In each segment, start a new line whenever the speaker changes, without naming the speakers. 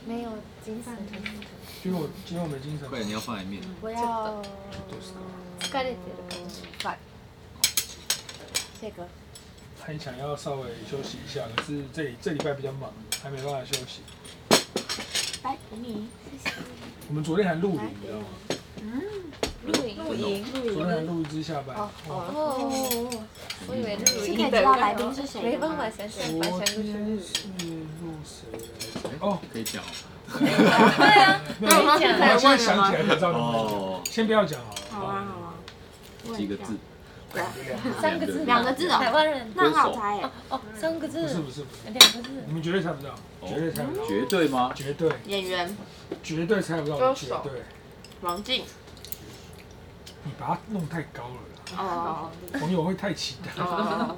没有精神。
今天我没精神。
快点，你要放在面。
我要疲れてる感じ。快。这个。
还想要稍微休息一下，可是这礼拜比较忙，还没办法休息。
来，给你。谢谢。
我们昨天还露营，你知道吗？
露营。
昨天还录一支下班。
哦。我以为露营。
是可以知道来宾是谁
没办
吗？
法想象，
昨
白香
天
菇
是录谁来着？哦，
可以讲
对啊，
没有，我
可以讲
现在想起来才知道你们
哦。
先不要讲好了。
好啊好啊，
几个字？
三个字，
2个字哦
台湾人。
那很好猜耶。
哦，3个字。
不是，
2个字。
你们绝对猜不到，绝对猜不到，
绝对吗？
绝对
演员
绝对猜不到，绝对。
王静。
你把它弄太高了啦，
哦
网友会太期待。
哦，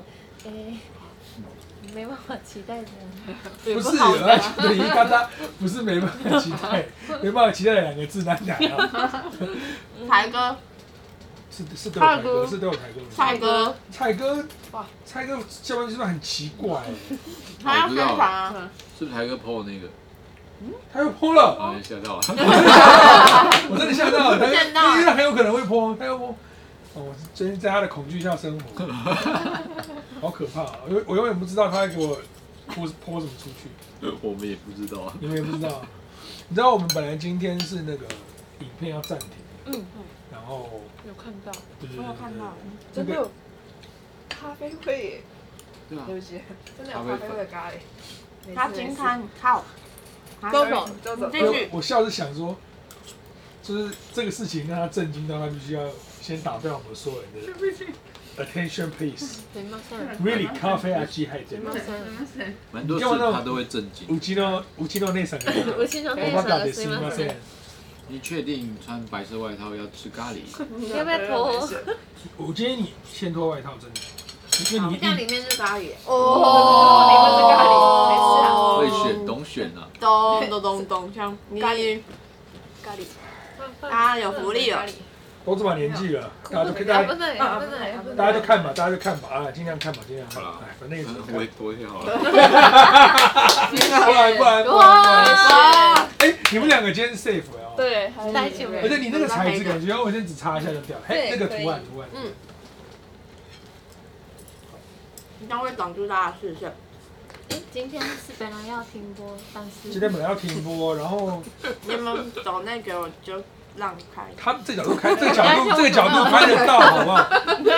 没办法期待的。
不是，你一嘎哒，不是没办法期待，没办法期待的2个字，哪讲啊？
台哥。
是都有台歌，是都有台歌。
蔡哥。
蔡哥下半句是不是很奇怪？
他要宣传啊。
是不是台哥 PO 的那个？
他又泼了，
啊，吓到了。
我真的吓到了，
见到
他很有可能会泼，他又泼。哦，我最近在他的恐惧下生活，好可怕啊！我永远不知道他会给我泼什么出去。
我们也不知道啊。
你们也不知道，你知道我们本来今天是那个影片要暂停，然后
有看到，
对，
我有看到，
真的有咖啡会耶，
对啊
对不起，真的有咖啡会的咖喱。
他惊叹靠。
周总，
继续。
我笑是想说，就是这个事情让他震惊到，他必须要先打断我们所有人的 attention please。Really， 咖啡啊，鸡海鲜。
蛮多事他都会震惊。
うちの姉さんが。
うちの姉さんがすいません。
你确定穿白色外套要吃咖喱？
要不要脱？
我建议你先脱外套，真的，因为你
这样里面是咖喱。
哦，里面是咖喱，没事啊。
会选，懂选啊。
咚，像咖喱。啊，有福利了。
都这把年纪了，大家都
不能，
大家就看吧，啊，尽量看吧，尽量看。
好了，
反正也只能
我脱掉好了。
不然，
哇！
哎，你们2个今天是 safe 哦。
对，
带起
而且你那个材质感觉，我先只擦一下就掉了。嘿，那个图案。
你将会挡住大家视线。
今天是本来要停播，但是
今天本来要停播，然后
你们走那个我就让开。
他这角度开，这个角度拍得到，好不好？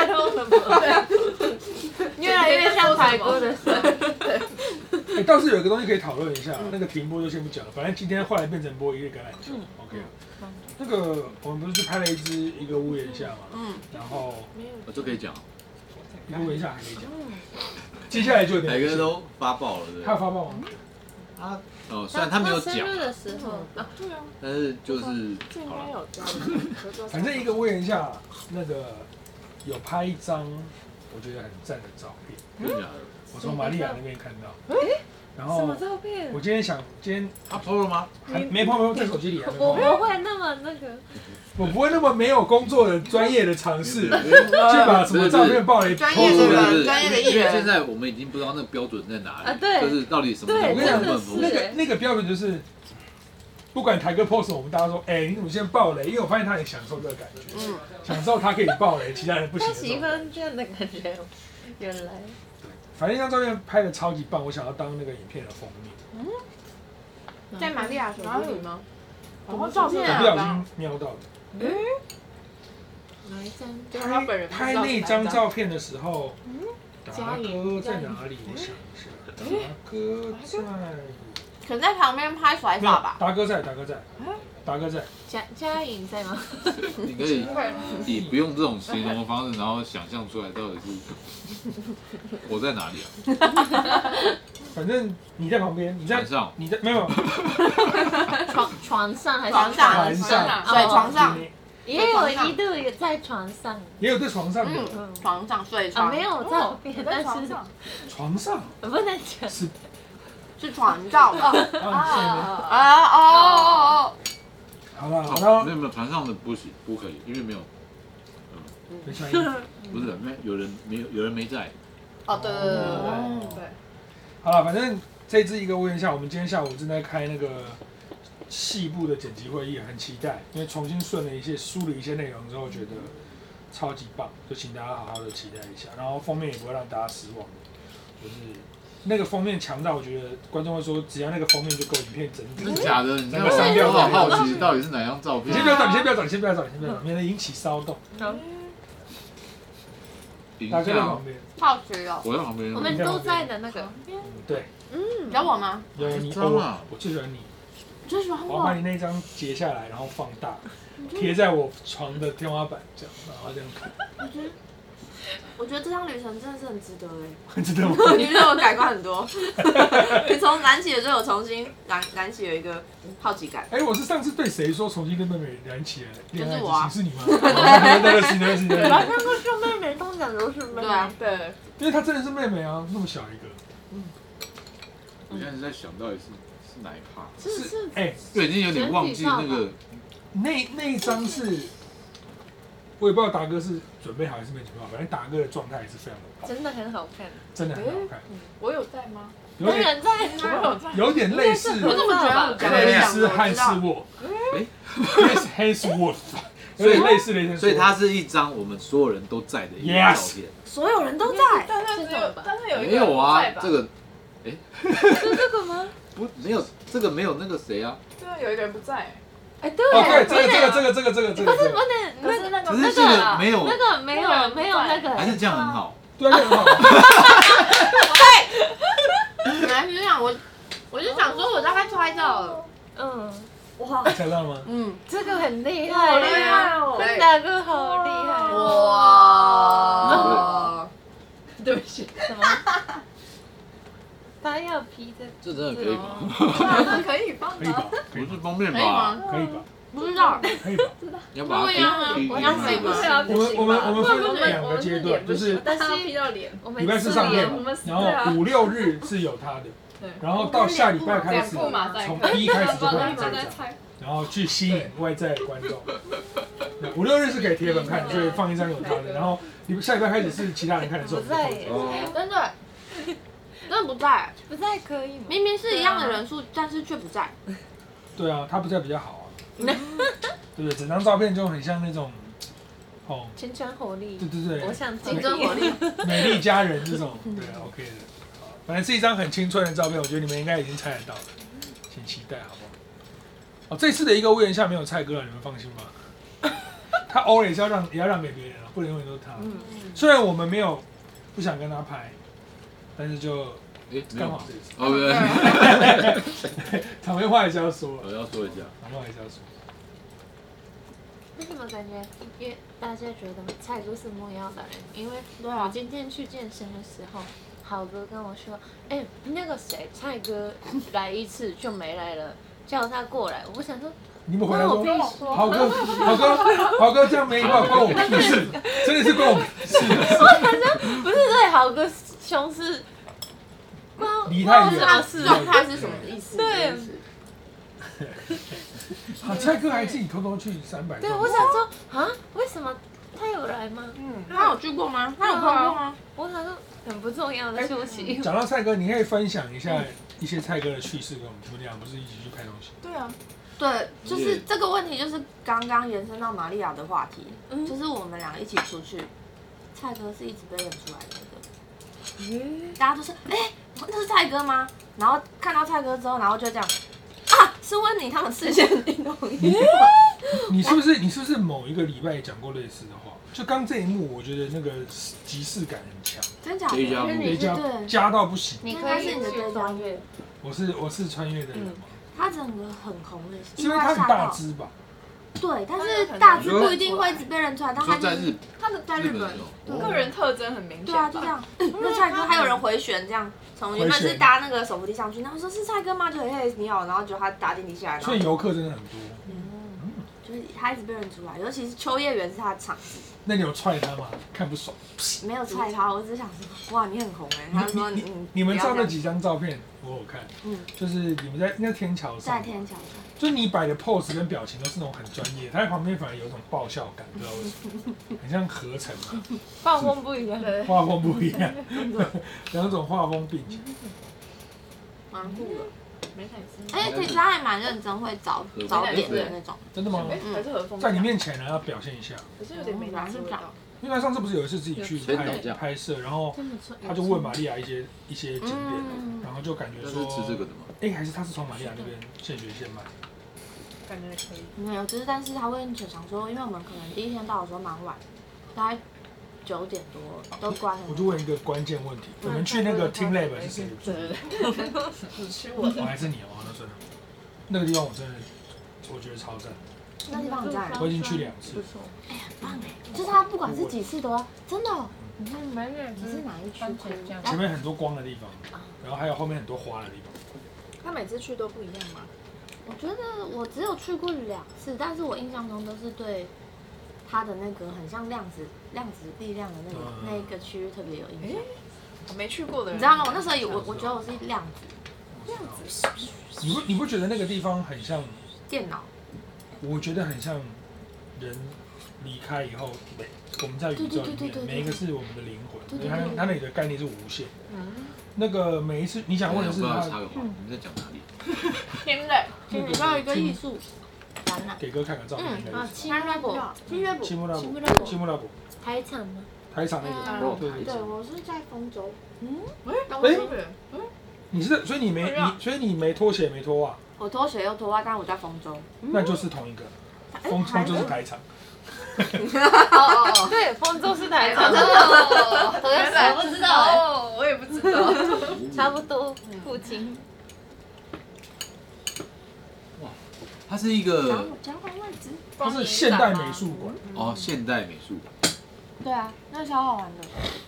越来越像台哥的声。
哎，倒是有一个东西可以讨论一下，那个停播就先不讲了，反正今天后来变成播一日橄榄球，OK 啊。那个我们不是去拍了一个屋檐下嘛，然后
这可以讲。
一个屋檐下还可以讲，接下来就有点
台哥都发爆了，对。
他有发爆吗？
哦，虽然他没有讲，
生日的时候，
但是就是好了。
反正一个屋檐下那个有拍一张我觉得很赞的照片，
真的假的？
我从玛利亚那边看到，然后
什么照片？
我今天
他 PO 了吗？
还没 PO，在手机里还没 PO。
我不会那么那个。
我不会那么没有工作的专业的尝试，去把什么照片爆雷。
专业的人，专业的艺
因为现
人。
在我们已经不知道那个标准在哪里，
啊对
就是到底什么
对
部分
那个标准就是，不管台哥 post 我们大家说，哎，你怎么先爆雷？因为我发现他很享受这个感觉，享受他可以爆雷，其他人不行。
他喜欢这样的感觉，原来。
反正那张照片拍的超级棒，我想要当那个影片的封面。
在玛利亚手机里吗？
什么照片
我不小心瞄到的。
哪一张？
他本人
拍那张照片的时候，达哥在哪里？我想一下，达哥在。
可能在旁边拍甩法吧。
达哥在。
嘉颖在吗？
你可以不用这种形容方式，然后想象出来到底是我在哪里啊？
反正你在旁边，你在没有
床上还是
床上？对，床上。
也有一度也在床上。
也有在床上的。
床上睡床。
没有照片，但是
床上
不能讲。
是床照吧？
好了，
没有船上的不行，不可以，因为没有，
没穿衣服。
不是有人没在。
哦，对。
好了，反正这支一个屋檐下，我们今天下午正在开那个细部的剪辑会议，很期待，因为重新梳理一些内容之后，觉得超级棒，就请大家好好的期待一下。然后封面也不会让大家失望，就是那个封面强到我觉得观众会说，只要那个封面就够影片整体。
真的假的？你
整个商标
我好好奇到底是哪张照片？
你先不要找，你先不要找，免得引起骚动。大哥在旁边，
好奇哦。
我在旁边。
我们都在的那个，
对，
有我吗？
有你，
我
最喜欢你。
最喜欢
我要把你那张截下来，然后放大，贴在我床的天花板这样，然后这样看。
我觉得这趟旅程真的是很值得哎。
很值得吗？
你让我改观很多。你从燃起的时候，我重新燃起了一个好奇感。
我是上次对谁说重新跟妹妹燃起了恋爱激情？是你吗？
对吧？那个是妹妹，通常都是妹妹。
对啊，
对，
因为她真的是妹妹啊，那么小一个。
我现在是在想到底是哪一趴？
是
对，已经有点忘记那个。
那一张是，我也不知道达哥是准备好还是没准备好，反正达哥的状态也是非常的棒，
真的很好看。
真的很好看。
我有在吗？
当然在，
有点类似，
我怎么觉得我讲
类似汉斯沃，黑斯沃，有点类似的，
所以它是一张我们所有人都在的一张照片。
所有人都在，
但是有一个
没有啊，这个，
是这个吗？
不，没有这个没有那个谁啊？
对啊，有一个人不在。
哎，对，
这个，
不是，
可是那个，
可是这个没有，
那个没有那个，
还是这样很好。
对，很好。
本来是这样，我就想说，我大概猜到了。
哇，
猜到吗？
这个很厉害，
好厉害哦！
跟大哥好厉害。
哇！
对不起，
什么？他要披这，
这真的可以吗？
可以放
可以吧？
不是封面
可以
吧？
吗？
可以吧？
不知道。
可以吧？
要把它
我要可以吗？
我们分两个阶段，就是
但是要 P 到脸，
礼拜四上片，然后5、6日是有他的，然后到下礼拜开始，从1开始就开始在讲，然后去吸引外在观众。5、6日是给铁粉看，所以放一张有他的，然后下礼拜开始是其他人看的时候，
不在，
真的。真的不在，
不在可以吗？
明明是一样的人数，但是却不在。
对啊，他不在比较好啊，对不对？整张照片就很像那种，
青春活力，
对，
我想
竞争活力，
美丽佳人这种，对 ，OK 的。反正是一张很青春的照片，我觉得你们应该已经猜得到了，请期待好不好？这次的一个屋檐下没有蔡哥了，你们放心吧。他偶尔也是也要让给别人啊，不能永远都是他。虽然我们没有不想跟他拍。但是就刚好这次，
对，
场面话还是要说，
我要说一下，
场面话还是要说。
为什么感觉因为大家觉得蔡哥是木曜的人？因为我今天去健身的时候，好哥跟我说，那个谁蔡哥来一次就没来了，叫他过来。我想说，
你们回来说，豪哥这样没话关我屁事，真的是关我屁事。
我想说，不是对豪哥兄是。
离太远，
状态是什么意思？
对。
蔡哥还自己偷偷去300。
对，我想说啊，为什么他有来吗？
他有去过吗？他有看过吗？
我想说很不重要的休息。
讲到蔡哥，你可以分享一下一些蔡哥的趣事跟我们。你们俩不是一起去拍东西？
对啊。
对，就是这个问题，就是刚刚延伸到玛利亚的话题，就是我们两个一起出去，蔡哥是一直被认出来的那个。大家都说，那是蔡哥吗？然后看到蔡哥之后，然后就这样，是温妮他们事先运动衣。
你是不是某一个礼拜也讲过类似的话？就刚这一幕，我觉得那个即视感很强。
真假的？
加到不行。
你可以是你的对穿越。
我是穿越的人吗？
他整个很红的，
是因为他很大只吧？
对，但是大只不一定会一直被认出来，但他
在
日本，
个人特征很明显。
对啊，就这样。那蔡哥还有人回旋这样，从原本是搭那个手扶梯上去，然后说是蔡哥吗？就你好，然后就他搭电梯下来。
所以游客真的很多。
就是他一直被认出来，尤其是秋叶原是他的场子。
那你有踹他吗？看不爽。
没有踹他，我只是想说，哇，你很红他说
你们照那几张照片，我有看。就是你们在那天桥上。在
天桥上。
就是你摆的 pose 跟表情都是那种很专业，他在旁边反而有一种爆笑感，不知道为什么，很像合成嘛。
画风不一样。
画风不一样，两种画风并起。
蛮酷的。
没太吃。
而且其实他还蛮认真，会找点的那种。
真的吗？
还是和风。
在你面前呢要表现一下。
可是有点没拿出味道。
因为他上次不是有一次自己去拍摄，然后他就问玛利亚一些景点，然后就感觉说，
吃这个的吗？
还是他是从玛利亚那边现学现卖。
感觉可以。
没有，就是但是他会想说，因为我们可能第一天到的时候蛮晚，大概9点多都关了。
我就问一个关键问题，我们去那个 Team Lab 是谁住？
你吃我的。
我还是你哦，那真的，那个地方我真的我觉得超赞。
那地方很赞，
我已经去2次。
不错。
哎，很棒哎！就是他不管是几次都要，真的。
你看没人，
你是哪一区？
前面很多光的地方，然后还有后面很多花的地方。
他每次去都不一样吗？
我觉得我只有去过2次，但是我印象中都是对它的那个很像量子力量的那一个区域特别有印象。
我没去过的人，
你知道吗？我那时候我觉得我是量子。
你不觉得那个地方很像
电脑？
我觉得很像人离开以后，我们在宇宙里面，每一个是我们的灵魂，因为它那里的概念是无限。那个每一次你想问的是他，
插个话，你们在讲哪里？
天嘞，
你知道一个艺术展览。
给哥看个照片。
七木
拉果。
台场吗？
台场那个。
对，我是在丰州。
你是所以你没脱鞋没脱袜。
我脱鞋又脱袜，但我在丰州。
那就是同一个，丰州就是台场。
对，丰州是台场。
我不知道我也不知道，
差不多附近。
哇，它是一个，
交换位置。
它是现代美术馆。
哦，现代美术馆。
对啊，那超好玩的。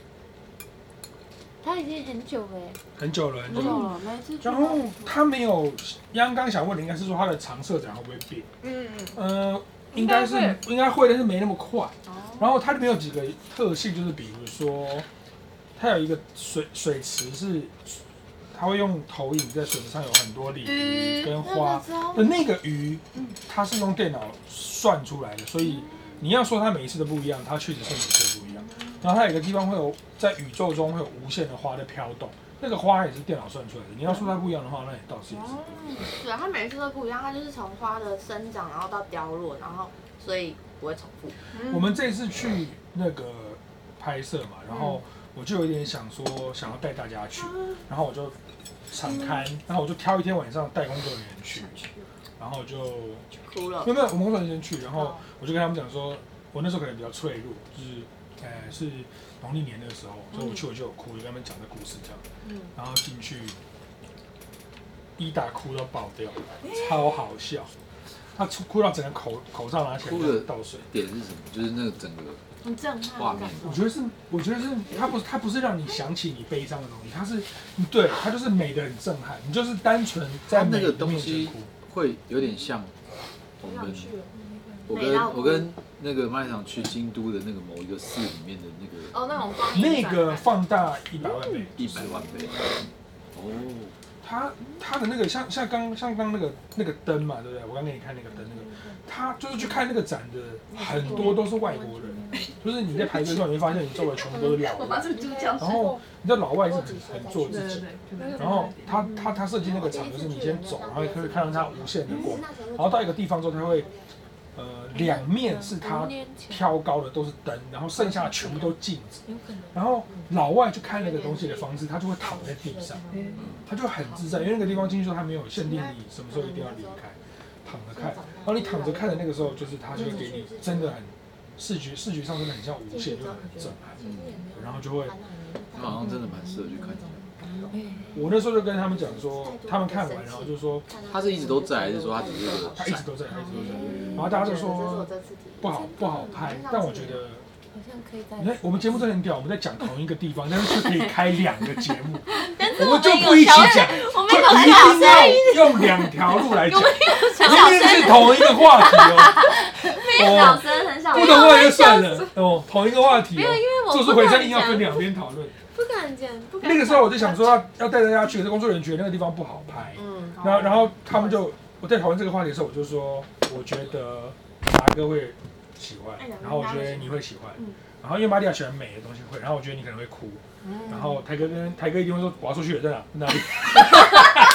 他已经很久了。
很久了。
每次。
然后他没有，刚想问的应该是说他的常设展会不会变？应该会，但是没那么快。然后它里面有几个特性，就是比如说，它有一个水池是，它会用投影在水池上有很多鲤鱼跟花的那个鱼，它是用电脑算出来的，所以你要说它每一次都不一样，它确实是每次都不一样。然后它有一个地方会有在宇宙中会有无限的花在飘动。那个花也是电脑算出来的。你要说它不一样的话，那也倒是也是。
对啊，它每一次都不一样，它就是从花的生长，然后到凋落，然后所以不会重复。
我们这次去那个拍摄嘛，然后我就有点想要带大家去，然后我就敞开，然后我就挑一天晚上带工作人员去，然后就
哭了。
没有，我们工作人员去，然后我就跟他们讲说，我那时候可能比较脆弱，就是是农历年那个时候，所以我去我就有哭，就跟他们讲这故事这样，然后进去，伊达哭到爆掉，超好笑，他哭到整个口罩拿起来倒水。
点是什么？就是那个整个
很震撼
画面。
我觉得是它不是让你想起你悲伤的东西，它就是美的很震撼，你就是单纯在美的面前哭，
会有点像我跟那个麦场去京都的那个某一个寺里面的那个
那种
那个放大100万倍
，100万倍。哦，
它的那个像刚那个灯嘛，对不对？我刚给你看那个灯，他就是去看那个展的很多都是外国人，就是你在排队的时候你会发现你周围全部都是老外，然后你知道老外是很做自己，然后他设计那个场就是你先走，然后可以看到它无限的光，然后到一个地方之后他会。两面是它挑高的都是灯，然后剩下全部都镜子。然后老外去看那个东西的方式，他就会躺在地上，他就很自在，因为那个地方进去说他没有限定你什么时候一定要离开，躺着看。然后你躺着看的那个时候，就是他就会给你真的很视觉上真的很像无限，就很震撼。然后就会，
好像真的蛮适合去看。
我那时候就跟他们讲说，他们看完然后就说，
他是一直都在，还是说他只是
他一直都在，然后大家就说不好拍，但我觉得，你看我们节目真的很屌，我们在讲同一个地方，但是却可以开2个节目，我们就不一起讲，就一定要用2条路来讲，明明是同一个话题哦，不同话就算了哦，同一个话题哦，做出回声硬要分2边讨论。
不敢讲，
那个时候我就想说要带大家去，可是工作人员觉得那个地方不好拍，然后他们就我在讨论这个话题的时候，我就说我觉得达哥会喜欢，然后我觉得你会喜欢，然后因为玛利亚喜欢美的东西会，然后我觉得你可能会哭，然后台哥一定会说我要出去了，在哪里？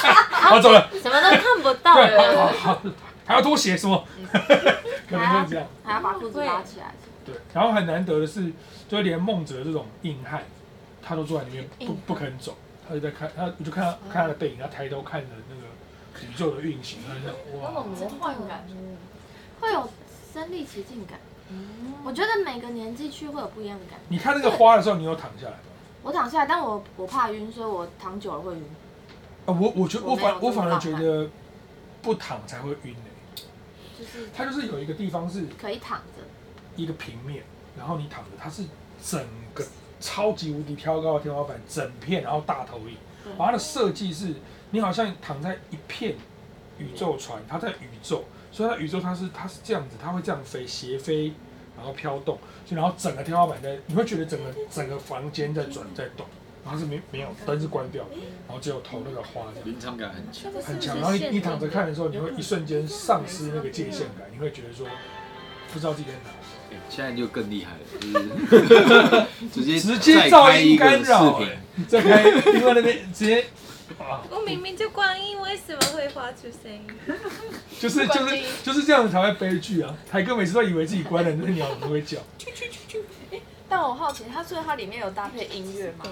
好走了，
什么都看不到
对，
了。
好，还要脱鞋什么？可能就是这样。
还要把裤子拉起来。
对，然后很难得的是，就连孟哲这种硬汉，他都坐在里面不肯走，他就在看，我就看他的背影，他抬头看着那个宇宙的运行，他就哇，
魔幻感，
会有身临其境感。我觉得每个年纪去会有不一样的感觉。
你看那个花的时候，你有躺下来吗？
我躺下来，但我怕晕，所以我躺久了会晕。
我反而觉得不躺才会晕
就是
它就是有一个地方是
可以躺着，
一个平面，然后你躺着，它是整个超级无敌挑高的天花板，整片，然后大投影。然后它的设计是，你好像躺在一片宇宙船，它在宇宙，所以它宇宙它是这样子，它会这样飞，斜飞，然后飘动，然后整个天花板你会觉得整个房间在转在动。然后是没有灯是关掉，然后只有投那个花这样，
临场感很强，
很强。然后你躺着看的时候，你会一瞬间丧失那个界限感，你会觉得说不知道自己在哪。
现在就更厉害了，就是
直接噪音干扰，再开另外那边直接。
我明明就观音，为什么会发出声音？
就是这样子才会悲剧啊！台哥每次都以为自己关了，那鸟怎么会叫？
但我好奇，所以它里面有搭配音乐吗？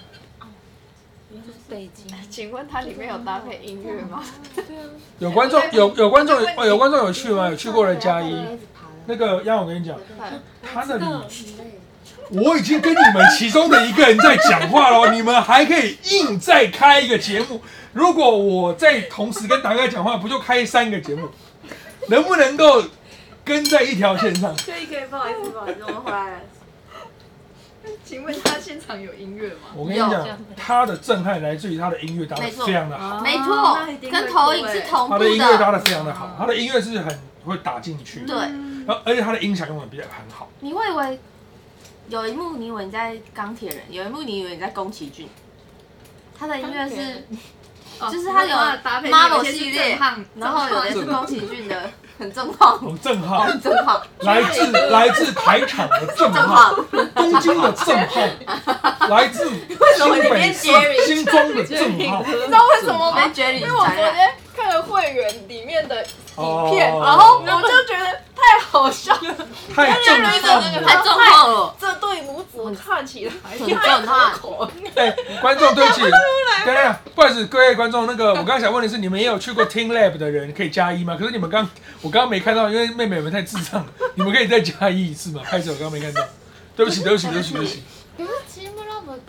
北京。
请问它里面有搭配音乐吗？
对啊。
有观众有去吗？有去过的加一。那个央，我跟你讲，他那里我已经跟你们其中的一个人在讲话了，你们还可以硬再开一个节目。如果我在同时跟达哥讲话，不就开3个节目？能不能够跟在一条线上？
可以，不好意思，我们回来了。请问他现场有音乐吗？
我跟你讲，他的震撼来自于他的音乐搭的非常的好，
没错，跟投影是同步的。
他的音乐搭的非常的好，他的音乐是很会打进去，
对，
然后而且他的音响用的比较很好。
你会以为有一幕你以为你在钢铁人，有一幕你以为你在宫崎骏，他的音乐是，就是他有 Marvel 系列，然后有的是宫崎骏的。很正浩，
正浩，来自台场的正浩，东京的正浩，来自新北市新庄的正浩。
你知道为什么吗？因为我昨天看了会员里面的影片，然后我就觉得太好笑了，
太
正浩了，
这对母子看起来
很震撼。
哎，观众对不起，等一下，不好意思，各位观众，那个我刚刚想问的是，你们也有去过 Team Lab 的人可以加1吗？可是我刚刚没看到，因为妹妹们太智障了，你们可以再加1一次吗？拍手，我刚刚没看到，对不起。
可是 Team Lab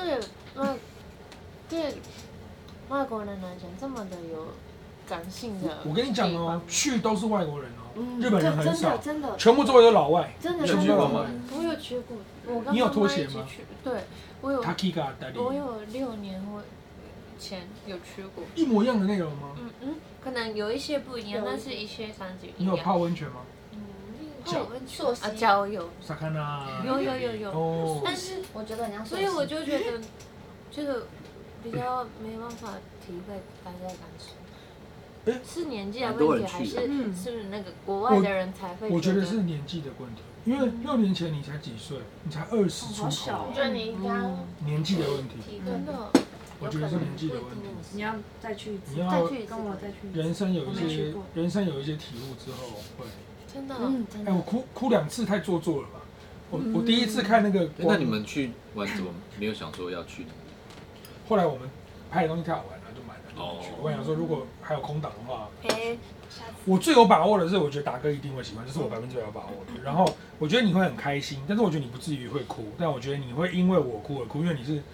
对外国人来讲这么的有感性的，
我跟你讲哦，去都是外国人哦，日本人很少，
真的，
全部周围都老外，
真的。我有去过，
你有拖鞋吗？
对，我有。
我
有6年前有去过。
一模一样的内容吗？
可能有一些不一样，但是一些场景一
样。你有泡温泉吗？
泡温泉啊，郊游。有。
哦。
但是
我觉得很像。
所以我就觉得，这个比较没办法体会大家感受。是年纪的问题，还是那个国外的人才会？
我觉得是年纪的问题，因为6年前你才几岁？你才20出头。
我觉得你应该
年纪的问题，
真的。
我觉得是年纪的问题。
你要再去一次，
你要
跟我再去一次。
人生有一些体悟之后会。
真的。
哎，我哭2次太做作了吧？我第一次看那个。
那你们去玩怎么没有想说要去？
后来我们拍的东西太好玩了，就买了。我想说，如果还有空档的话，我最有把握的是，我觉得达哥一定会喜欢，这是我100%有把握的。然后我觉得你会很开心，但是我觉得你不至于会哭，但我觉得你会因为我哭而哭，因为你是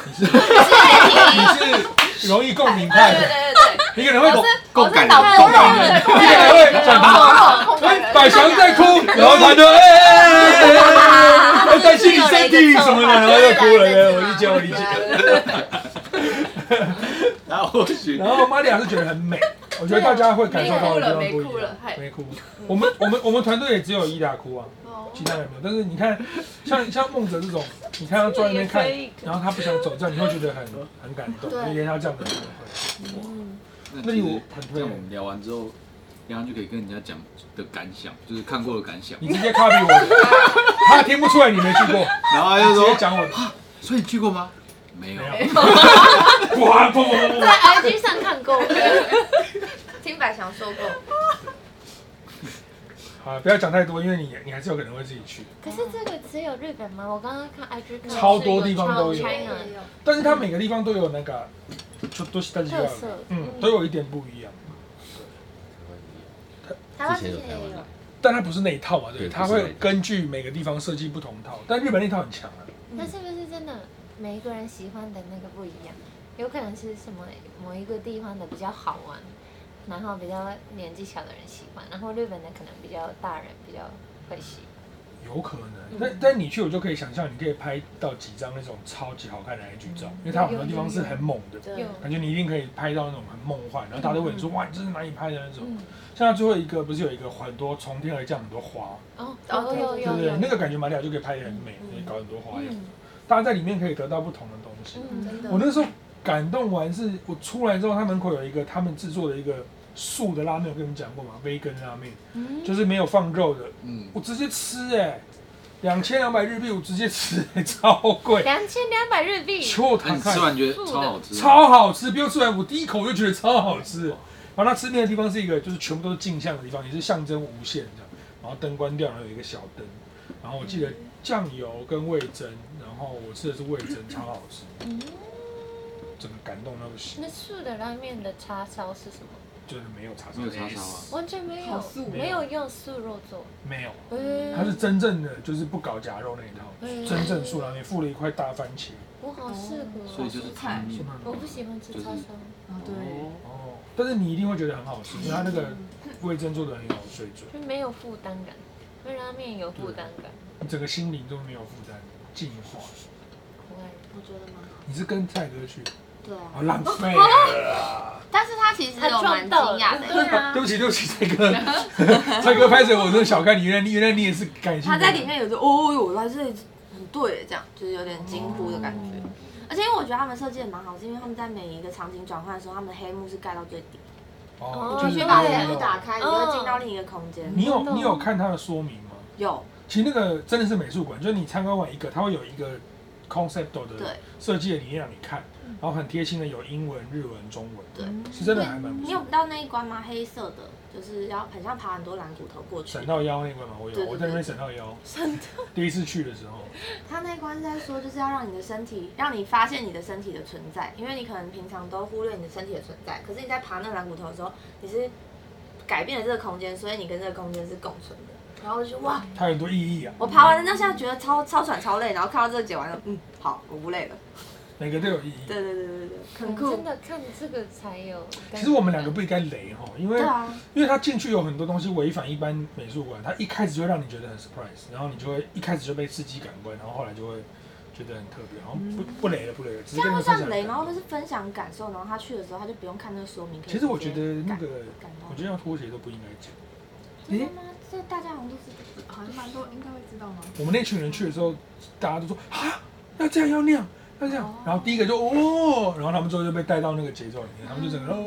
容易共鸣派的，一个人会
共感人，
一个人会转头，百祥在哭，然后他就担心你身体什么的，然后就哭了。我理解。然后玛利亚是觉得很美，我觉得大家会感受到的地方不一样。没哭。我们团队也只有伊达哭啊，其他人没有。但是你看，像孟哲这种，你看他坐在那边看，然后他不想走，这样你会觉得很感动，连他这样的人都会。
那其实这样我们聊完之后，然后就可以跟人家讲的感想，就是看过的感想。
你直接 copy 我，他听不出来你没去过，
然后他就说
讲我，
所以你去过吗？没有。
哇砰！
在 IG 上看过，
听百祥说过。
好，不要讲太多，因为你还是有可能会自己去。
可是这个只有日本吗？我刚刚看 IG 看
超多地方都有
China
但是它每个地方都有那个，特
色，
都有一点不一样。
台湾之前也有。
但它不是那一套嘛，对，
对
它会根据每个地方设计不同套。但日本那套很强啊。
那是不是真的每一个人喜欢的那个不一样？有可能是什么某一个地方的比较好玩，然后比较年纪小的人喜欢，然后日本的可能比较大人比较会喜欢。
有可能，但你去我就可以想象，你可以拍到几张那种超级好看的 IG 照，因为它很多地方是很猛的，感觉你一定可以拍到那种很梦幻，然后大家都问你说哇，你这是哪里拍的那种。像它最后一个不是有一个很多从天而降很多花，对不对？那个感觉蛮屌，就可以拍得很美，可以搞很多花样。大家在里面可以得到不同的东西。我那时候感动完是，我出来之后，他门口有一个他们制作的一个素的拉面，我跟你们讲过吗？vegan拉面，就是没有放肉的。我直接吃2200日币，我直接吃超贵。
2200日币。
那你吃完觉得超好吃？
超好吃，不用吃完，我第一口我就觉得超好吃。然后他吃面的地方是一个，就是全部都是镜像的地方，也是象征无限这样。然后灯关掉，然后有一个小灯。然后我记得酱油跟味噌，然后我吃的是味噌，超好吃。整个感动到不行。
那素的拉面的叉烧是什么？
就是没有叉烧，
没有叉烧啊，
完全没有，没有用素肉做，
没有，它是真正的就是不搞夹肉那一套，真正素拉面附了一块大番茄。
我好适合，
所以就是汤面。
我不喜欢吃叉烧。
对。
哦，但是你一定会觉得很好吃，因为它那个味噌做的很有水准，
就没有负担感，因为拉面有负担感，
你整个心灵都没有负担，净化。
我觉得蛮好。
你是跟蔡哥去？
对啊。
好浪费了。
但是他其实有蛮惊讶的，
对不起，蔡哥，蔡哥拍着我真的小看你，原来你也是感性。
他在里面有时候哟，来这里很对，这样就是有点惊呼的感觉。而且因为我觉得他们设计的蛮好，是因为他们在每一个场景转换的时候，他们的黑幕是盖到最底。就是把黑幕打开，你就会进到另一个空间。
你有看它的说明吗？
有。
其实那个真的是美术馆，就是你参观完一个，它会有一个 concept 的设计的理念让你看。然后很贴心的有英文、日文、中文，对，是真的还蛮不错。
你有到那一关吗？黑色的，就是要很像爬很多蓝骨头过去。
闪到腰那一关吗？我有，我在那边闪到腰。第一次去的时候。
他那一关是在说，就是要让你的身体，让你发现你的身体的存在，因为你可能平常都忽略你的身体的存在，可是你在爬那个蓝骨头的时候，你是改变了这个空间，所以你跟这个空间是共存的。然后我就哇，
它有很多意义啊。
我爬完那现在觉得超喘超累，然后看到这个解完了，好，我不累了。
每个都有意义。
对，很酷。
真的看这个才有。
其实我们两个不应该雷哈，因为他进去有很多东西违反一般美术馆，他一开始就会让你觉得很 surprise， 然后你就会一开始就被刺激感官，然后后来就会觉得很特别，然后不雷了。
这样会算雷吗？会不会是分享感受？然后他去的时候他就不用看那个说明。
其实我觉得那个，我觉得要拖鞋都不应该讲。
真的吗？这大家好像都是，
好像蛮多应该会知道吗？
我们那群人去的时候，大家都说啊，要这样要那样。那这样，然后第一个就然后他们最后就被带到那个节奏里面，他们就整个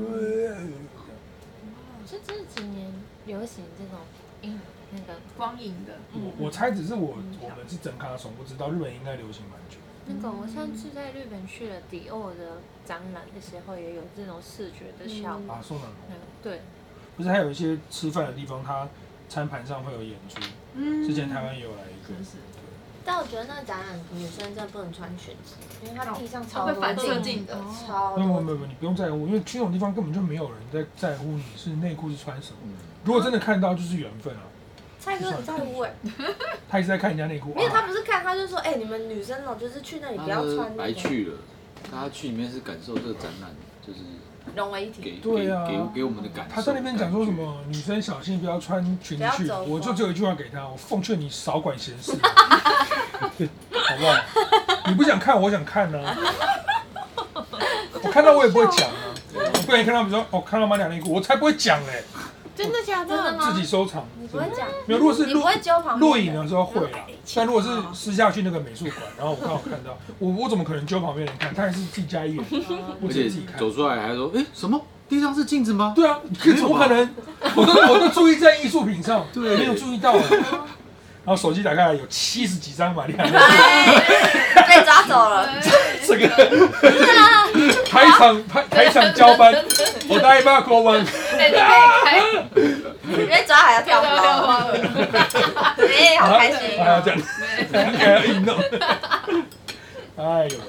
就这几年流行这种那个
光影的。
我猜只是我们是整卡怂，不知道日本应该流行蛮久。
那个我上次在日本去了迪奥的展览的时候，也有这种视觉的效果。
说哪？
对。
不是还有一些吃饭的地方，它餐盘上会有演出。之前台湾也有来一个。
但我觉得那个展览女生真的不能穿裙子，因为它地上超多
反射镜的，
超
多。没有，你不用在乎，因为去那种地方根本就没有人在乎你是内裤是穿什么。如果真的看到，就是缘分啊。
蔡哥很在乎
他一直在看人家内裤。
没有，他不是看，他就说，你们女生哦，就是去那里不要穿。
白去了，大家去里面是感受这个展览，就是
融为一体。
对啊，
给我们的感受。
他在那边讲说什么女生小心不要穿裙子去，我就只有一句话给他，我奉劝你少管闲事，好不好？你不想看，我想看呢。我看到我也不会讲啊，我不然看到比如说看到马甲内裤，我才不会讲嘞。
真的假的？
自己收藏。
你不会讲？
没有，如果是录影的时候会啦，但如果是私下去那个美术馆，然后我刚好看到，我怎么可能揪旁边人看？他还是自己加一眼，
而且走出来还说，什么？地上是镜子吗？
对啊，怎么可能？我都注意在艺术品上，对，没有注意到。然后手机打开来有70几张玛利亚，
被抓走了。
这个开场交班，我大一把国文，
哎，你可以开
你被抓还要跳
跳
高，
花了。
哎，好开心
还要这
哦！
样，还要硬弄，哎呦喂！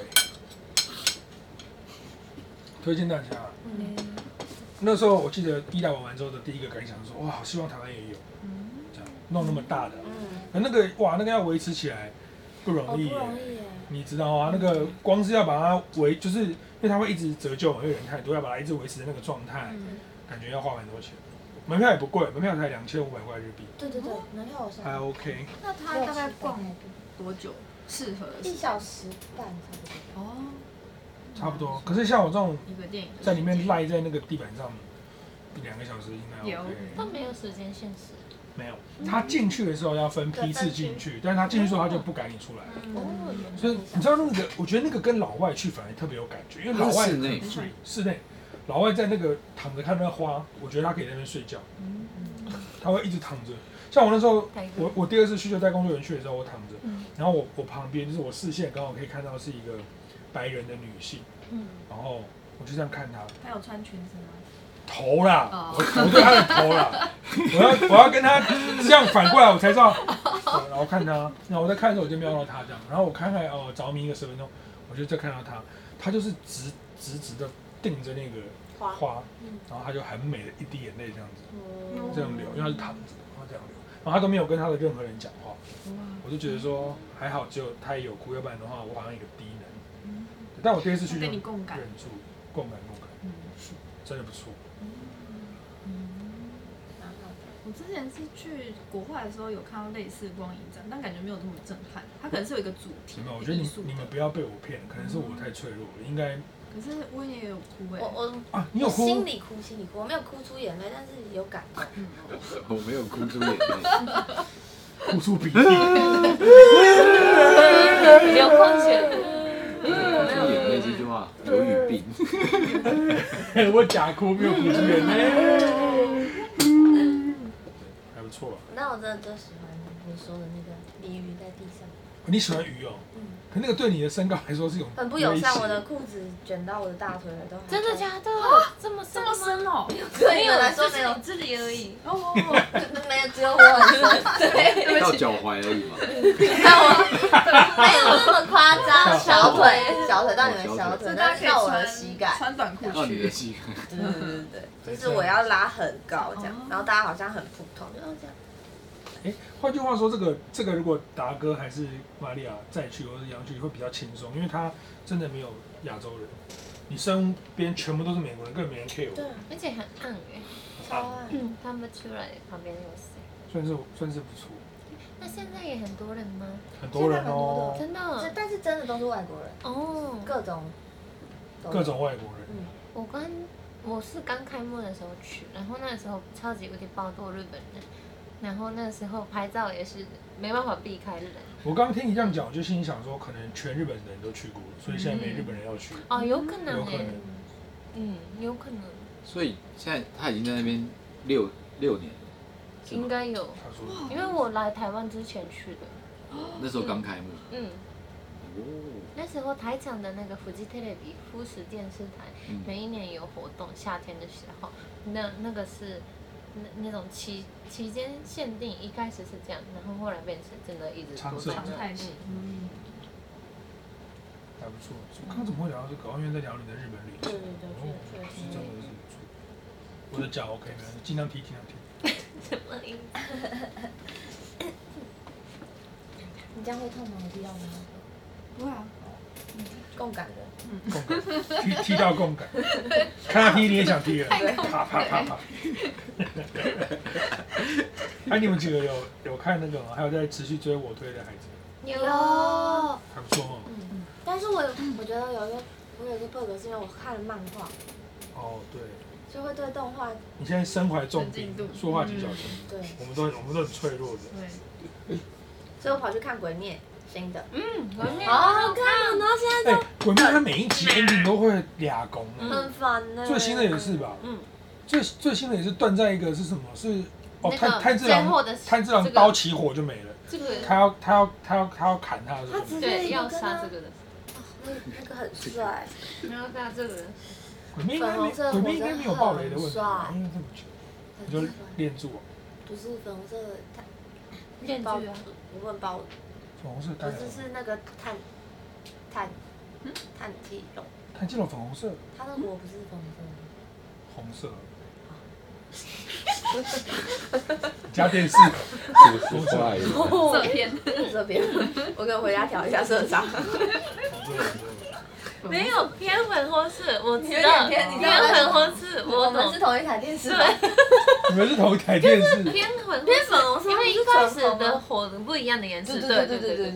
推荐大家。那时候我记得一代玩完之后的第一个感想是说，哇，希望台湾也有，这样弄那么大的，那个哇，那个要维持起来不容易耶，你知道吗？那个光是要把它就是因为它会一直折旧嘛，因为人太多，要把它一直维持在那个状态，感觉要花很多钱。门票也不贵，门票才2500块日币。
对，门票我上。
还 OK。
那他大概逛多久？适合的
1小时半差不多。
哦，
差不多。可是像我这种
一个电影
在里面赖在那个地板上2个小时应该 OK。
他没有时间限时。
没有，他进去的时候要分批次进去，但是他进去之后他就不赶你出来了。所以你知道那个，我觉得那个跟老外去反而特别有感觉，因为老外室内，老外在那个躺着看那个花，我觉得他可以在那边睡觉，他会一直躺着。像我那时候，我第二次去就带工作人员去的时候，我躺着，然后我旁边就是我视线刚好可以看到是一个白人的女性，然后我就这样看她。
他有穿裙子吗？
头啦，我对他的头啦，我要跟他这样反过来，我才知道，然后看他，然后我在看的时候我就瞄到他这样，然后我看着迷一个10分钟，我就再看到他就是直的盯着那个花，然后他就很美的一滴眼泪这样子，这样流，因为他是躺着，然后这样流，然后他都没有跟他的任何人讲话，我就觉得说还好，只有他也有哭，要不然的话我好像一个低能，但我第一次去就忍住，共感，真的不错。
我之前是去国外的时候有看到类似光影展，但感觉没有这么震撼。它可能是有一个主题。
没有，我觉得你们不要被我骗，可能是我太脆弱了，应该。
可是我也有哭哎。
你有哭？
心里哭，我没有哭出眼泪，但是有感动。
我没有哭出眼泪，
哭出鼻涕。
流空血。
哭出眼泪这句话有语病。
我假哭没有哭出眼泪。不错了。
那我真的最喜欢你说的那个鲤鱼在地上。
你喜欢鱼哦？可那个对你的身高来说是有
很不友善，我的裤子卷到我的大腿了都。
真的假的？这么
深哦？
对你们来说没有
这里而已。
哦，没有，只有我很深。对，
到脚踝而已嘛。
没有那么夸张，小腿到你们小腿，但是到我的膝盖。
穿短裤去。
到你的膝盖。
对，就是我要拉很高这样，然后大家好像很普通，就这样。
换句话说，这个如果达哥还是玛利亚再去或者杨去会比较轻松，因为他真的没有亚洲人，你身边全部都是美国人，根本没人 care。
对，而且很暗哎，
超暗，
看不出来旁边有谁。
算是不错。
那现在也很多人吗？
很多人哦，
真的。
但是真的都是外国人
哦，
各种
外国人。
我是刚开幕的时候去，然后那时候超级无敌爆多日本人。然后那时候拍照也是没办法避开人。
我刚刚听你这样讲，我就心里想说，可能全日本人都去过，所以现在没日本人要去。
哦，有可能。有可能。
所以现在他已经在那边6年了。
应该有。因为我来台湾之前去的。
那时候刚开幕。
那时候台场的那个富士テレビ富士电视台，每一年有活动，夏天的时候，那个是。那种期间限定，一开始是这样，然后后来变成真的一直
常
态性。
还不错。刚刚怎么会聊到这个？因为在聊你的日本旅行。
对，
真的是不错。我的脚 OK 没有？尽量踢。
什么意思？
你这样会痛吗？我不要吗？
不会啊。
共感的。
共感，踢到共感，看他踢你也想踢了，啪。你们几个有看那个吗？还有在持续追我推的孩子？
有，
还不错哦。
但是我觉得我有一个 bug 是因为我看了漫画。
哦，对。
就会对动画。
你现在身怀重病，说话请小心。
对。
我们都很脆弱的。
对。
所以我跑去看《鬼灭》。新的，
鬼灭
好好看哦！然后现在
鬼灭它每一集 ending 都会俩公，
很烦呢。
最新的也是吧？最新的也是断在一个是什么？是炭治郎刀起火就没了。
这个
他要砍他的时候，
他直接
要杀这个人。
那个很帅。
然后杀这个人。
鬼灭应该没有爆雷的问题吧，因为这么久，你就练住哦。
不是粉红色的
电锯啊，
不会爆，
粉红色带
不是是那个碳基龙，
炭治郎粉红色，
它的火不是粉红色的。
红色。家电视，
说出来
色偏，
这边，我可以回家调一下色差。
没有偏粉红色，我知
有
道
点偏，你
偏粉红色，
我们
懂
是同一台电视吗？
你们是同一台电视？
偏粉
偏粉红色，
因为一开始的火不一样的颜色，对，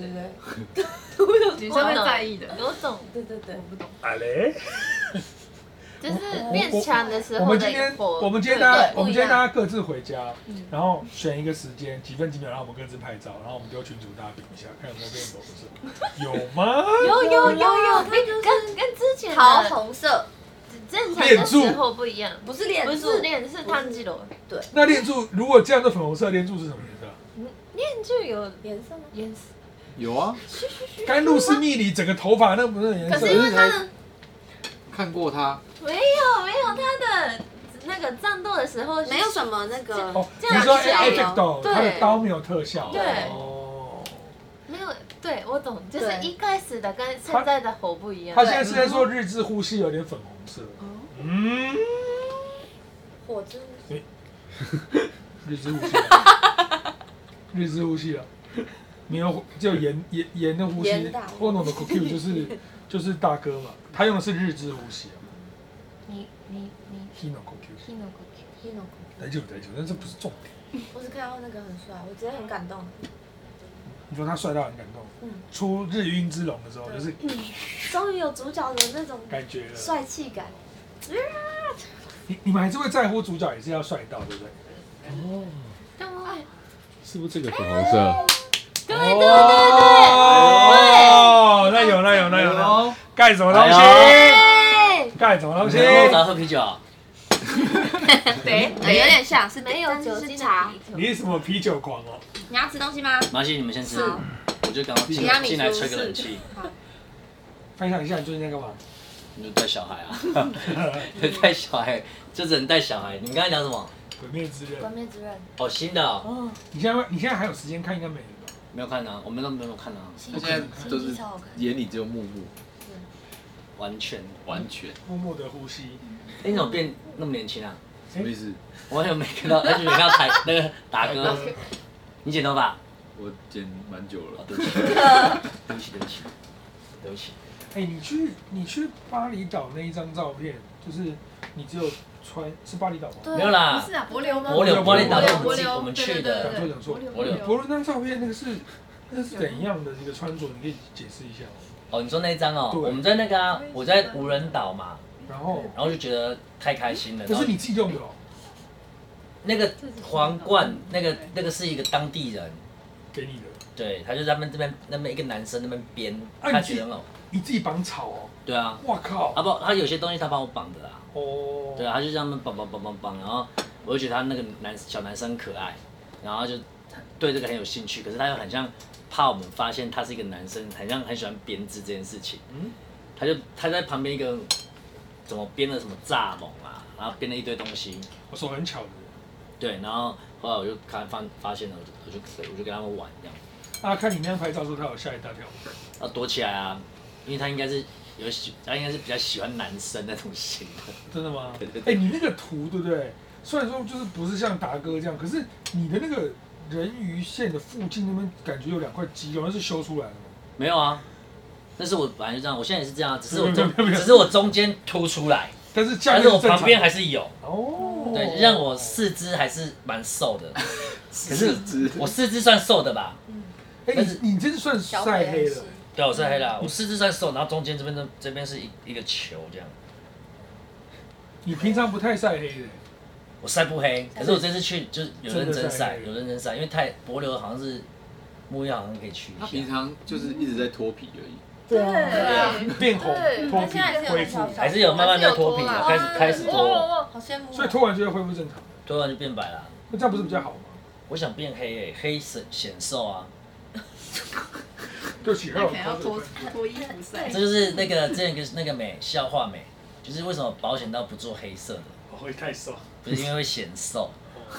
女生会在意的。
有懂，
对，
我不懂。
啊嘞！
就是变强的时候的
我们今天
火，
我们今天大家各自回家，然后选一个时间，几分几秒，然后我们各自拍照，然后我们丢群组大家比一下，看有没有变粉红色，有吗？
有，跟之前
桃
的
红色，
正常的时候不一样，
不是脸，
不是脸是炭治郎，
对，
那练柱如果这样的粉红色，练柱是什么颜色？
练就有
颜色吗？
颜色，
有啊，
甘露寺蜜里整个头发那不是颜色？
可是因为它的
看过他，
没有他的那个战斗的时候
没有什么那个
哦，
这样
你说
小
effect，
对
它的刀没有特效，
对
哦。
没有，对我懂，就是
对
一开始的跟现在的火不一样
他。现在是在说日之呼吸有点粉红色，
火之
日之呼吸，日之呼吸了，没有就盐的呼吸
盐大，
波诺的 QQ 就是大哥嘛，他用的是日之呼吸啊
你
，Hino QQ，
Hino，
大丈夫，但这不是重点。
我只看到那个很帅，我直接很感动。
你说他帅到很感动，出日晕之龙的时候就是
终于有主角的那种
感觉了，
帅气感。
你们还是会在乎主角也是要帅到，对不对？哦，
是不是这个粉红色？
对，
哦，那有，盖什么东西？盖什么东西？
我要喝啤酒。
对，有点像是
没有酒精的
茶。
啤酒。
你是什么啤酒狂哦？
你要吃东西吗？
没关系，你们先吃。我就刚进来吹个冷气。
分享一下你最近在干嘛？
你就带小孩啊，带小孩就只能带小孩。你们刚才讲什么？
鬼灭之刃。
鬼灭之刃。
哦，新的哦。
你现在还有时间看，应该没了吧？
没有看啊，我们都没有看啊。
他现在都是眼里只有木木，
完全。
默默的呼吸。
你怎么变那么年轻啊？
什么意思？
我完全没看到，而且没看到那个达哥。你剪头发？
我剪蛮久了。
对不起。
哎，你去巴厘岛那一张照片，就是你只有穿是巴厘岛吗？
没有啦，
不是啊，帛琉吗？
帛琉巴厘岛是
帛琉
我们去的。
讲错。
帛琉
帛琉那张照片那是怎样的一个穿着？你可以解释一下吗？
哦，你说那张哦，
对
我们在那个啊，我在无人岛嘛，
然后
就觉得太开心了。
可是你自己用的哦。
那个皇冠，那个是一个当地人
给你的。
对，他就在那边一个男生那边编，
啊
他觉得很好。
你自己绑草哦？
对啊。
哇靠！
啊不，他有些东西他帮我绑的啦。
哦。
对啊，他就这样绑，然后我就觉得他那个小男生可爱，然后就对这个很有兴趣，可是他又很像怕我们发现他是一个男生，很喜欢编织这件事情。他在旁边一个怎么编了什么蚱蜢啊，然后编了一堆东西。
我手很巧的。对，
然后后来我就发现了，我就跟他们玩这样。
啊，看你那样拍照的时候，他有吓一大跳。
要躲起来啊，因为他应该是比较喜欢男生那种型的。
真的吗？
对。
哎，你那个图对不对？虽然说就是不是像达哥这样，可是你的那个人鱼线的附近那边感觉有2块肌肉，那是修出来的吗？
没有啊，那是我本来就这样，我现在也是这样，只是我中间凸出来，
但是
我旁边还是有。
哦。
对，让我四肢还是蛮瘦的，可是我四肢算瘦的吧？
哎，你这是算晒黑了。
对，我晒黑了，我四肢算瘦，然后中间这边是一个球这样。
你平常不太晒黑的。
我晒不黑，可是我这次去就是有认真晒，因为帛琉好像是木曜好像可以去一下。
他平常就是一直在脱皮而已。
对啊，变红脱皮恢复，
还是有慢慢在脱皮的，开始脱。
好羡慕。
所以脱完就会恢复正常。
脱完就变白了。
那这样不是比较好吗？
我想变黑黑显瘦啊。
对不起，还有
脱衣服晒。
这就是那个之前那个美笑话美， 就是为什么保险套不做黑色的？
会太瘦。
不是因为会显瘦。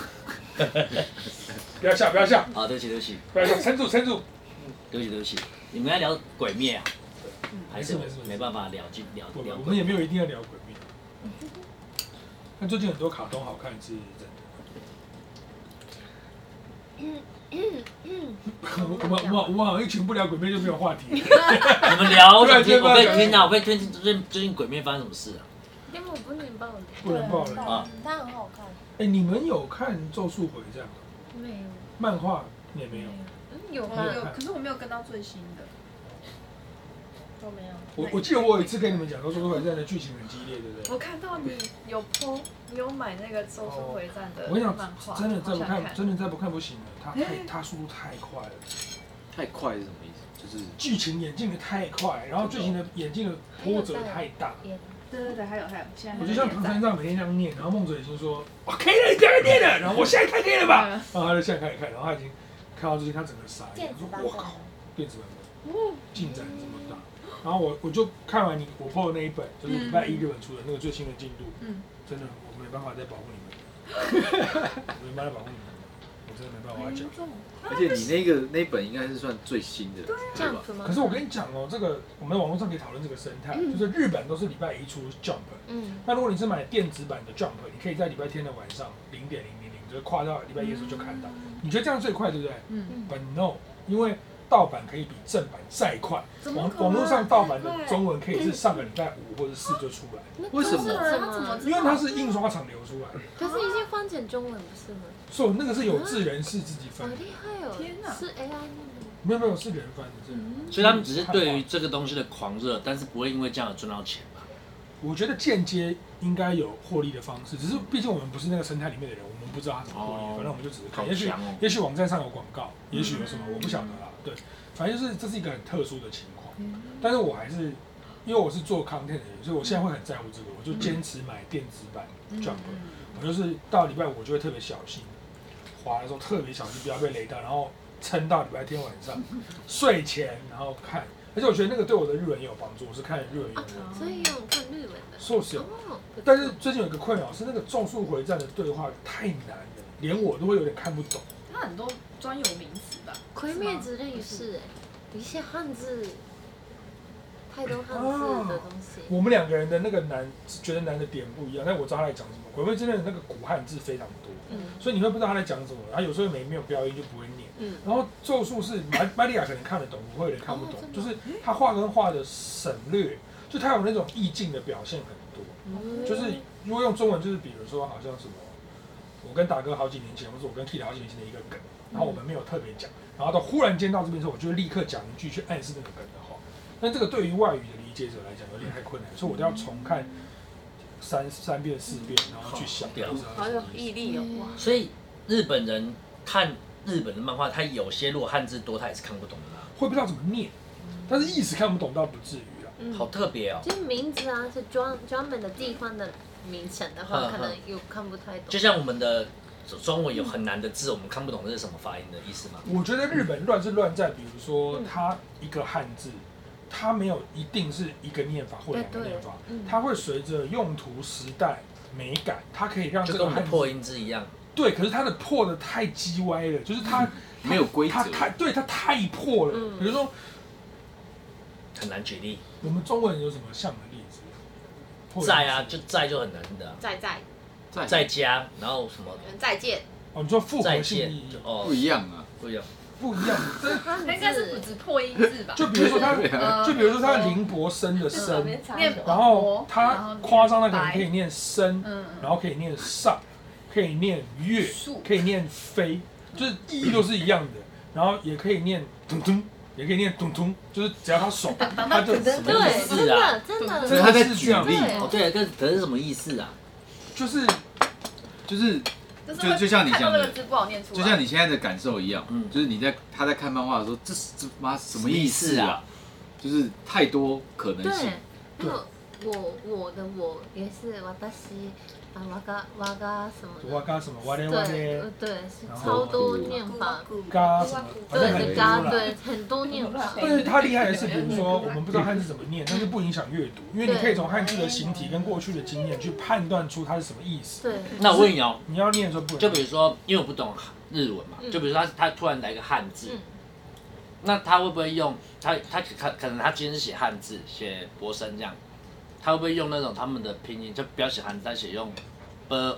不要笑，不要笑。
好，对不起，对不起，
不要笑，撑住，撑住。
对不起，对不起。你们在聊鬼灭啊？还是
没事
没办法聊。
我们也没有一定要聊鬼灭。但最近很多卡通好看是真的。我们好像一群不聊鬼灭就没有话题。
你们聊，我可以听啊，我可以听最近鬼灭发生什么事啊？
因为我不能爆雷。
不能爆雷
啊！
它很好看。
哎，你们有看《咒术回战》吗？
没有。
漫画你也没有？
有，可是我没有跟到最新的。
都没有。
我记得我有一次跟你们讲说《咒术回战》的剧情很激烈，对不对？
我看到你有 po，你有买那个《咒术回战》的
我跟你
漫画，
讲，真的再不看，
看，
真的再不看不行了。他速度太快了。
太快是什么意思？就是
剧情演进的太快，然后剧情的演进的波折太大。
对，还有，现在
我就像唐三藏每天这样念，然后孟子已经说哇可以了，你不要再念了，然后我现在看可以了吧？然后他就现在开始看，然后他已经看到这些，他整个傻眼，说我靠，电子版本进展这么大。然后我就看完我 po 的那一本，就是礼拜一日本出的那个最新的进度，真的我没办法再保护你们，我没办法保护你们，我真的没办法讲。
而且你那本应该是算最新的，
这样子吗？
可是我跟你讲哦，这个我们在网络上可以讨论这个生态，就是日本都是礼拜一出 Jump，那如果你是买电子版的 Jump，你可以在礼拜天的晚上0:000，就是跨到礼拜一的时候就看到。你觉得这样最快，对不对？But no， 因为盗版可以比正版再快，网络上盗版的中文可以是上个礼拜5或者4就出来。
为什么？
因为它是印刷厂流出来的。
可是已经翻成中文不是吗？
所以那个是有志人士自己翻的。
好厉害哦！
天哪，
是 AI 弄的。
没有是人翻的，
所以他们只是对于这个东西的狂热，但是不会因为这样而赚到钱吧？
我觉得间接应该有获利的方式，只是毕竟我们不是那个生态里面的人，我们不知道它怎么获利，反正我们就只是看。也许网站上有广告，也许有什么我不晓得啦。对，反正就是这是一个很特殊的情况。但是我还是因为我是做 content 的人，所以我现在会很在乎这个，我就坚持买电子版 Jump。我就是到礼拜5我就会特别小心，滑的时候特别小心，不要被雷到，然后撑到礼拜天晚上睡前然后看。而且我觉得那个对我的日文也有帮助，我是看日文原文，
所以有看日文的。
说是有，但是最近有一个困扰是那个《咒术回战》的对话太难了，连我都会有点看不懂。
它很多专有名词吧？
鬼灭之刃也是一些汉字，太多汉字的东西。
我们两个人的那个难，觉得难的点不一样，但我知道他在讲什么。鬼灭之刃的那个古汉字非常多，所以你会不知道他在讲什么，然后有时候没有标音就不会念。然后咒术是玛利亚可能看得懂，我会有点看不懂，就是他画跟画的省略，就他有那种意境的表现很多。就是如果用中文，就是比如说好像什么，我跟达哥好几年前，或者我跟 Kid 好几年前的一个梗，然后我们没有特别讲，然后到忽然间到这边的时候，我就会立刻讲一句去暗示那个梗的话。但这个对于外语的理解者来讲有点太困难，所以我都要重看3遍4遍，然后去想。
好有毅力哦！哇，
所以日本人看日本的漫画，他有些如果汉字多，他也是看不懂的啦。
会不知道怎么念，但是意思看不懂倒不至于啦。
好特别哦！
就是名字啊，是专门的地方的名称的话，可能又看不太懂。
就像我们的中文有很难的字，我们看不懂这是什么发音的意思吗？
我觉得日本乱是乱在，比如说它一个汉字，它没有一定是一个念法或2个念法，它会随着用途、时代、美感，它可以让这个汉字
破音字一样。
对，可是它的破的太鸡歪了，就是它
没有规则，
它太破了。比如说，
很难举例。
我们中文有什么像的例子？
在啊，就很难的。在家，然后什么？
再见。
哦，你说复合性意义
哦，
不一样啊，
不一样。
应该是不止破音字吧？
就比如说他林柏生的生，然后他夸张的可能可以念生，然后可以念上，可以念月，可以念飞，就是意义都是一样的。然后也可以念咚咚，也可以念咚咚，就是只要他爽，他就
什么意思啊？
真的，
所以他在举例。
哦，对，可是什么意思啊？
就像你讲的，
就
像你现在的感受一样，就是他在看漫画的时候，这妈什么意思啊？就是太多可能性。
对， 我的我也是私啊哇嘎什么的。
哇嘎什么哇嘞哇嘞。
对，是超多念法。
嘎什么？
对，嘎对，很多念法。
但是它厉害的是，比如说我们不知道汉字怎么念，但是不影响阅读，因为你可以从汉字的形体跟过去的经验去判断出它是什么意思。
对。
那我问你哦，
你要念的时候不能。
就比如说，因为我不懂日文嘛，就比如说他突然来个汉字，那他会不会用他可能他今天是写汉字，写博生这样，他会不会用那种他们的拼音，就不要写汉字，他写用 b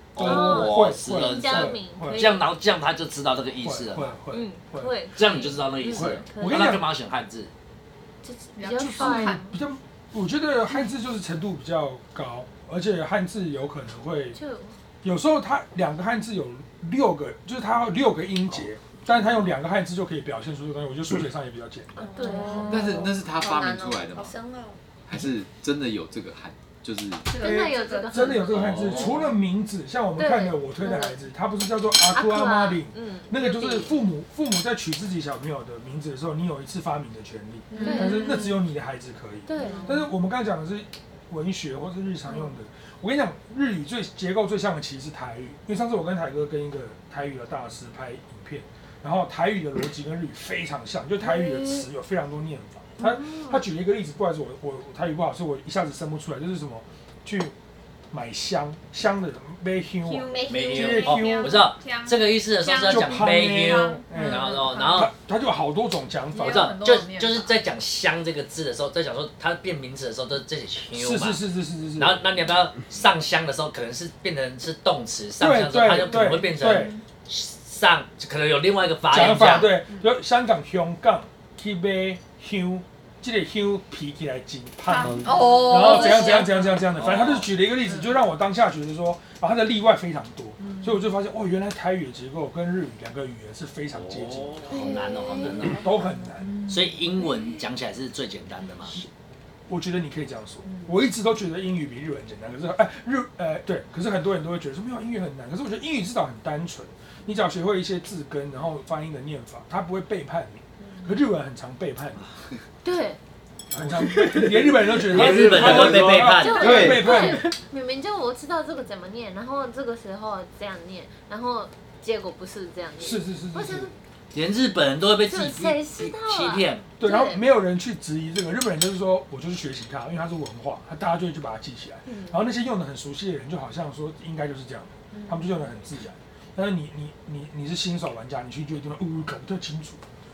o s n 这样，然后这样他就知道这个意思了。
会，
这样你就知道那个意思了。
我跟你讲，
干嘛选汉字？
比较快，
比较，我觉得汉字就是程度比较高，而且汉字有可能会，有时候它2个汉字有6个，就是它有6个音节。但是他用2个汉字就可以表现出这个东西，我觉得书写上也比较简单。
对。
但是那是他发明出来的吗？
好深奥。
还是真的有这个汉？就是
真的有这个汉字。
真的有这个汉字，除了名字，像我们看的《我推的孩子》，它不是叫做阿库阿玛林，那个就是父母在取自己小朋友的名字的时候，你有一次发明的权利，但是那只有你的孩子可以。
对。
但是我们刚刚讲的是文学或是日常用的。我跟你讲，日语结构最像的其实是台语，因为上次我跟台哥跟一个台语的大师拍影片。然后台语的逻辑跟日语非常像，就台语的词有非常多念法。他举了一个例子，不好意思，我台语不好，所以我一下子生不出来，就是什么去买香的买香啊，
我知道这个意思的时候是要讲买香，然后
他就有好多种讲法。
我知道，就是在讲香这个字的时候，在讲说它变名词的时候都这些香嘛。是。然后那你要不要上香的时候，可能是变成是动词，上香的时候它就可能会变成。上可能有另外一个发音
讲法，对，就香港去买香，这个香皮起来真胖，然后怎样的，反正他就举了一个例子，就让我当下觉得说，它的例外非常多，所以我就发现原来台语的结构跟日语2个语言是非常接近，
好难哦，
都很难。
所以英文讲起来是最简单的嘛？
我觉得你可以这样说，我一直都觉得英语比日文简单，可是对，可是很多人都会觉得说没有英语很难，可是我觉得英语至少很单纯。你只要学会一些字根，然后发音的念法，它不会背叛你。可日文很常背叛你。
对。
很常，连日本人都觉得。
连日本人都被背叛。
对。背叛。
明明就我知道这个怎么念，然后这个时候这样念，然后结果不是这样念。
是。
连日本人都会被自己欺骗。
对，然后没有人去质疑这个。日本人就是说我就是学习它，因为它是文化，大家就会去把它记起来。然后那些用的很熟悉的人，就好像说应该就是这样，他们就用的很自然。但是你是新手玩家，你去就一定会搞不太清楚，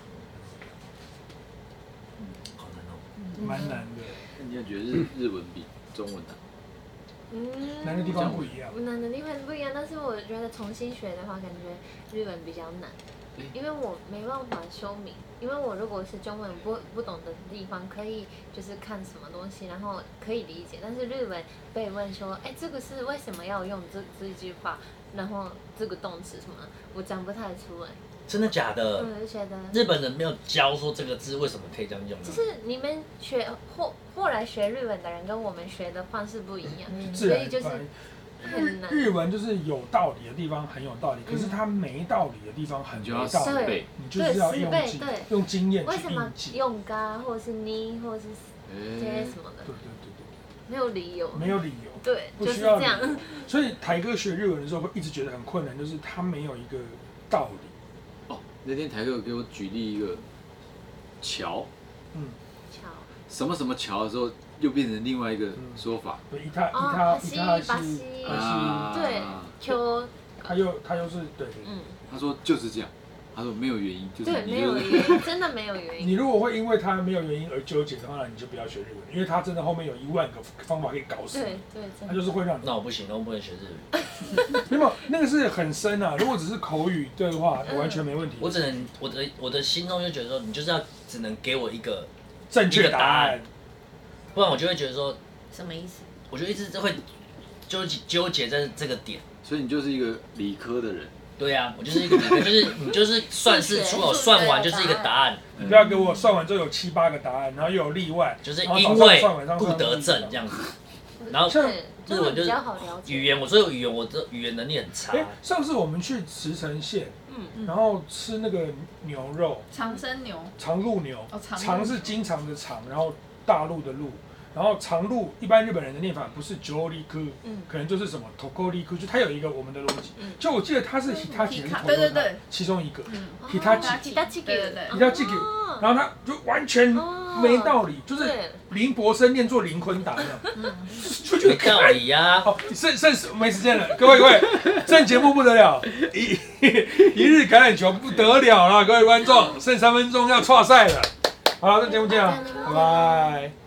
好难哦，
蛮难的。
那你有觉得日文比中文难？
难的地方不一样。
难的地方不一样，但是我觉得重新学的话，感觉日文比较难，因为我没办法说明。因为我如果是中文不懂的地方，可以就是看什么东西，然后可以理解。但是日文被问说，这个是为什么要用这句话？然后这个动词什么，我讲不太出来。
真的假的？
我就觉得
日本人没有教说这个字为什么可以这样用。
就是你们学后来学日文的人跟我们学的方式不一样，
所
以就是很难。
日文就是有道理的地方很有道理，可是它没道理的地方很没道理。你就是要用经验去
为什么用嘎或者是你或者是这些什么的？
对。
没有理由。对，
不需要这样。所以台哥学日文的时候会一直觉得很困难，就是他没有一个道理。
那天台哥给我举例一个桥，
桥
什么什么桥的时候，又变成另外一个说法。
对，巴西，
对，球。
他又是对。
他说就是这样。他说没有原因，就是
对，没有原因，真的没有原因。
你如果会因为他没有原因而纠结的话，你就不要学日文，因为他真的后面有10000个方法可以搞死你。
对，
他就是会让你。
那我不行，我不能学日语。
没有，那个是很深啊。如果只是口语对话，完全没问题。
我只能我的心中就觉得说，你就是只能给我一个
正确答案，
不然我就会觉得说
什么意思？
我就一直会纠结在这个点。
所以你就是一个理科的人。
对啊，我就是一个理科，就是你就是算式出口算完就是一个答案。
你不要给我算完之后有7、8个答案，然后又有例外，
就是因为不得正这样子。然后日文就是语言，所以我的语言能力很差。
上次我们去茨城县，然后吃那个牛肉，
长生牛，
长鹿牛，长是经常的长，然后大陆的鹿， 然后长路一般日本人的念法不是 Joriku，可能就是什么 Tokoriku， 就它有一个我们的逻辑。就我记得它是 Hitachi 还是 Toyota 其中一个 Hitachi，然后它就完全没道理，就是林柏森念作林坤达那样，就觉得
没道理呀。
好，剩没时间了，各位，这节目不得了，一日橄榄球不得了了，各位观众，剩3分钟要挫赛了。好了，这节目见了，拜拜。